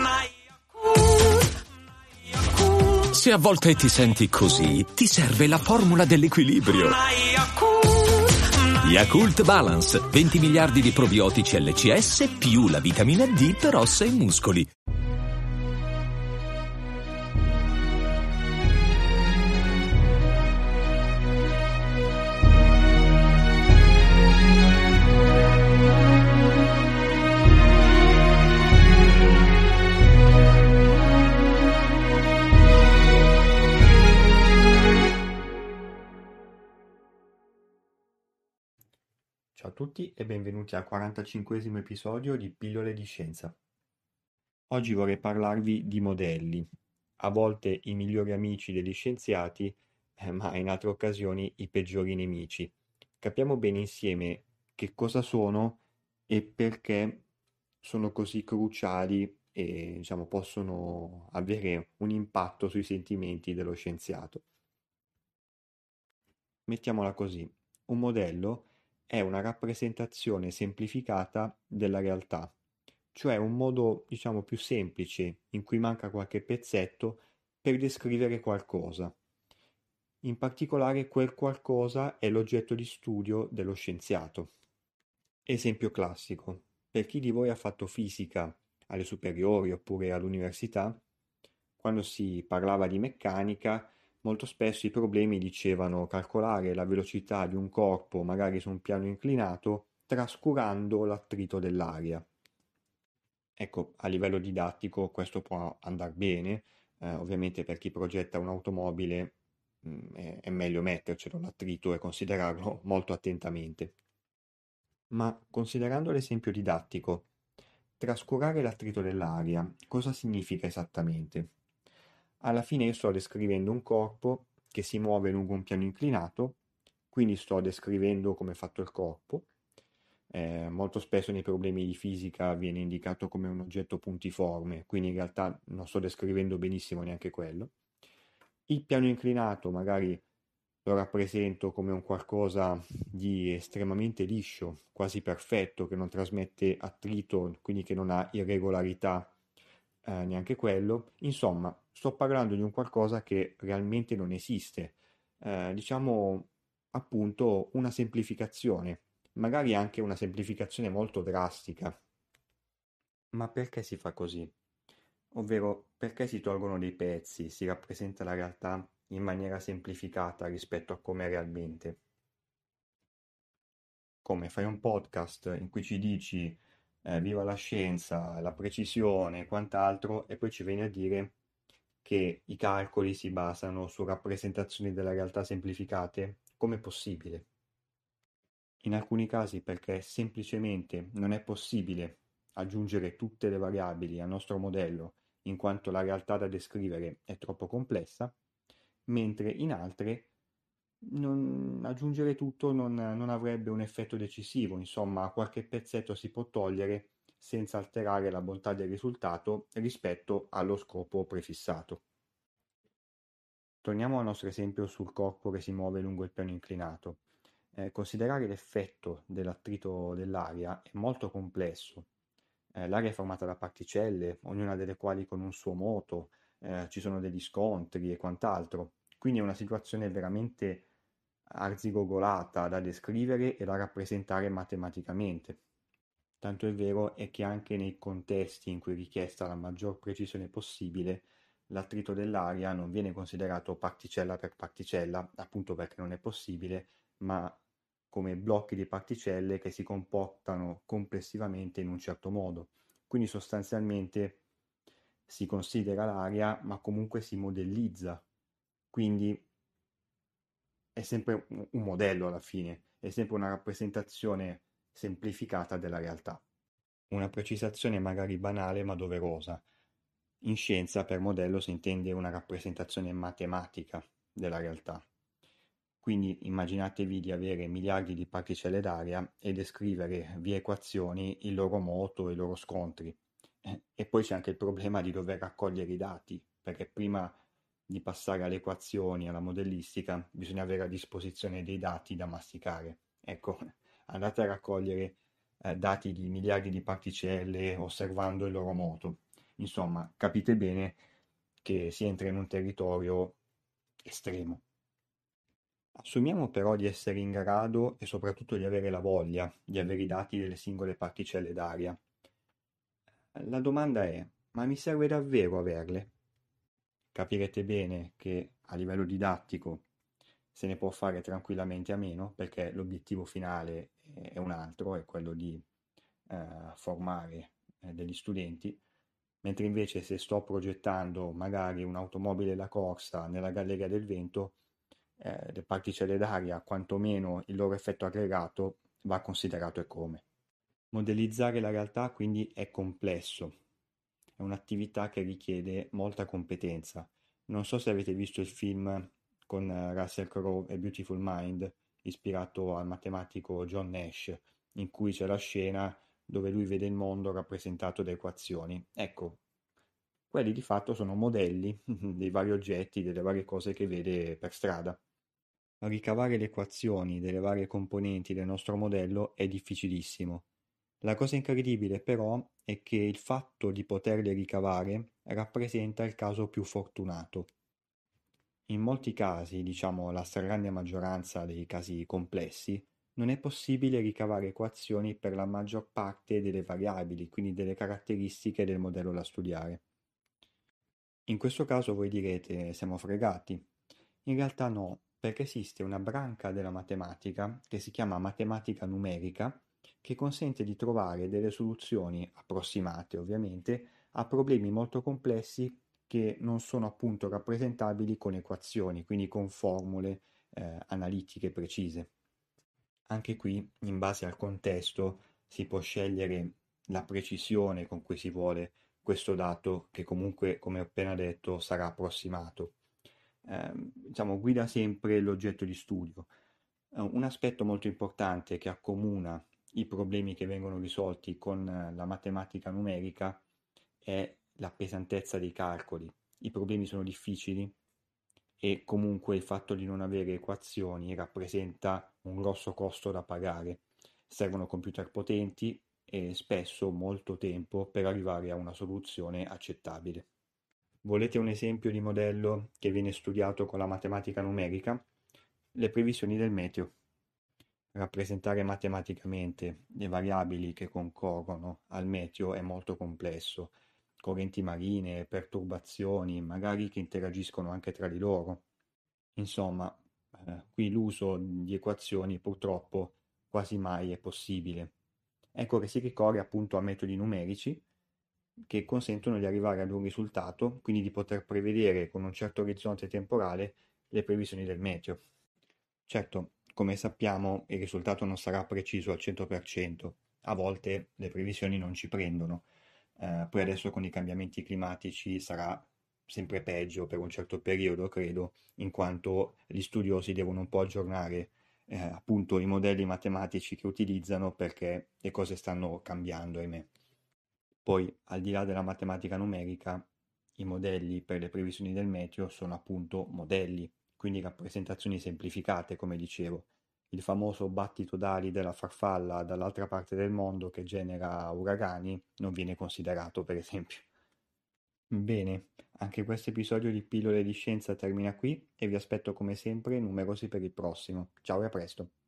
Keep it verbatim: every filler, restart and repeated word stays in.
Se a volte ti senti così, ti serve la formula dell'equilibrio. Yakult Balance, venti miliardi di probiotici L C S più la vitamina D per ossa e muscoli. Ciao a tutti e benvenuti al quarantacinquesimo episodio di Pillole di Scienza. Oggi vorrei parlarvi di modelli, a volte i migliori amici degli scienziati, eh, ma in altre occasioni i peggiori nemici. Capiamo bene insieme che cosa sono e perché sono così cruciali e diciamo, possono avere un impatto sui sentimenti dello scienziato. Mettiamola così, un modello è una rappresentazione semplificata della realtà, cioè un modo, diciamo, più semplice in cui manca qualche pezzetto per descrivere qualcosa. In particolare quel qualcosa è l'oggetto di studio dello scienziato. Esempio classico, per chi di voi ha fatto fisica alle superiori oppure all'università, quando si parlava di meccanica, molto spesso i problemi dicevano calcolare la velocità di un corpo magari su un piano inclinato trascurando l'attrito dell'aria. Ecco, a livello didattico questo può andare bene, eh, ovviamente per chi progetta un'automobile mh, è, è meglio mettercelo l'attrito e considerarlo molto attentamente. Ma considerando l'esempio didattico, trascurare l'attrito dell'aria, cosa significa esattamente? Alla fine io sto descrivendo un corpo che si muove lungo un piano inclinato, quindi sto descrivendo come è fatto il corpo. Eh, molto spesso nei problemi di fisica viene indicato come un oggetto puntiforme, quindi in realtà non sto descrivendo benissimo neanche quello. Il piano inclinato magari lo rappresento come un qualcosa di estremamente liscio, quasi perfetto, che non trasmette attrito, quindi che non ha irregolarità, eh, neanche quello. Insomma, sto parlando di un qualcosa che realmente non esiste. Eh, diciamo appunto una semplificazione, magari anche una semplificazione molto drastica. Ma perché si fa così? Ovvero, perché si tolgono dei pezzi, si rappresenta la realtà in maniera semplificata rispetto a come è realmente? Come fai un podcast in cui ci dici eh, viva la scienza, la precisione e quant'altro, e poi ci vieni a dire che i calcoli si basano su rappresentazioni della realtà semplificate? Com'è possibile? In alcuni casi perché semplicemente non è possibile aggiungere tutte le variabili al nostro modello in quanto la realtà da descrivere è troppo complessa, mentre in altre non, aggiungere tutto non, non avrebbe un effetto decisivo, insomma qualche pezzetto si può togliere senza alterare la bontà del risultato rispetto allo scopo prefissato. Torniamo al nostro esempio sul corpo che si muove lungo il piano inclinato. Eh, considerare l'effetto dell'attrito dell'aria è molto complesso. Eh, l'aria è formata da particelle, ognuna delle quali con un suo moto, eh, ci sono degli scontri e quant'altro. Quindi è una situazione veramente arzigogolata da descrivere e da rappresentare matematicamente. Tanto è vero è che anche nei contesti in cui è richiesta la maggior precisione possibile, l'attrito dell'aria non viene considerato particella per particella, appunto perché non è possibile, ma come blocchi di particelle che si comportano complessivamente in un certo modo. Quindi sostanzialmente si considera l'aria, ma comunque si modellizza. Quindi è sempre un modello alla fine, è sempre una rappresentazione semplificata della realtà. Una precisazione magari banale ma doverosa. In scienza per modello si intende una rappresentazione matematica della realtà. Quindi immaginatevi di avere miliardi di particelle d'aria e descrivere via equazioni il loro moto e i loro scontri. E poi c'è anche il problema di dover raccogliere i dati, perché prima di passare alle equazioni, alla modellistica, bisogna avere a disposizione dei dati da masticare. Ecco, andate a raccogliere eh, dati di miliardi di particelle osservando il loro moto. Insomma, capite bene che si entra in un territorio estremo. Assumiamo però di essere in grado e soprattutto di avere la voglia di avere i dati delle singole particelle d'aria. La domanda è, ma mi serve davvero averle? Capirete bene che a livello didattico se ne può fare tranquillamente a meno, perché l'obiettivo finale è un altro, è quello di eh, formare eh, degli studenti, mentre invece se sto progettando magari un'automobile da corsa nella galleria del vento, eh, le particelle d'aria, quantomeno il loro effetto aggregato, va considerato e come. Modellizzare la realtà quindi è complesso, è un'attività che richiede molta competenza. Non so se avete visto il film con eh, Russell Crowe e Beautiful Mind, ispirato al matematico John Nash, in cui c'è la scena dove lui vede il mondo rappresentato da equazioni. Ecco, quelli di fatto sono modelli dei vari oggetti, delle varie cose che vede per strada. Ricavare le equazioni delle varie componenti del nostro modello è difficilissimo. La cosa incredibile però è che il fatto di poterle ricavare rappresenta il caso più fortunato. In molti casi, diciamo la stragrande maggioranza dei casi complessi, non è possibile ricavare equazioni per la maggior parte delle variabili, quindi delle caratteristiche del modello da studiare. In questo caso voi direte, siamo fregati. In realtà no, perché esiste una branca della matematica che si chiama matematica numerica che consente di trovare delle soluzioni approssimate, ovviamente, a problemi molto complessi che non sono appunto rappresentabili con equazioni, quindi con formule eh, analitiche precise. Anche qui, in base al contesto, si può scegliere la precisione con cui si vuole questo dato, che comunque, come ho appena detto, sarà approssimato. Eh, diciamo, guida sempre l'oggetto di studio. Eh, un aspetto molto importante che accomuna i problemi che vengono risolti con eh, la matematica numerica è la pesantezza dei calcoli. I problemi sono difficili e comunque il fatto di non avere equazioni rappresenta un grosso costo da pagare. Servono computer potenti e spesso molto tempo per arrivare a una soluzione accettabile. Volete un esempio di modello che viene studiato con la matematica numerica? Le previsioni del meteo. Rappresentare matematicamente le variabili che concorrono al meteo è molto complesso. Correnti marine, perturbazioni, magari che interagiscono anche tra di loro. Insomma, eh, qui l'uso di equazioni purtroppo quasi mai è possibile. Ecco che si ricorre appunto a metodi numerici che consentono di arrivare ad un risultato, quindi di poter prevedere con un certo orizzonte temporale le previsioni del meteo. Certo, come sappiamo, il risultato non sarà preciso al cento per cento, a volte le previsioni non ci prendono. Eh, poi adesso con i cambiamenti climatici sarà sempre peggio per un certo periodo, credo, in quanto gli studiosi devono un po' aggiornare eh, appunto i modelli matematici che utilizzano perché le cose stanno cambiando, ahimè. Poi, al di là della matematica numerica, i modelli per le previsioni del meteo sono appunto modelli, quindi rappresentazioni semplificate, come dicevo. Il famoso battito d'ali della farfalla dall'altra parte del mondo che genera uragani non viene considerato, per esempio. Bene, anche questo episodio di Pillole di Scienza termina qui e vi aspetto come sempre numerosi per il prossimo. Ciao e a presto!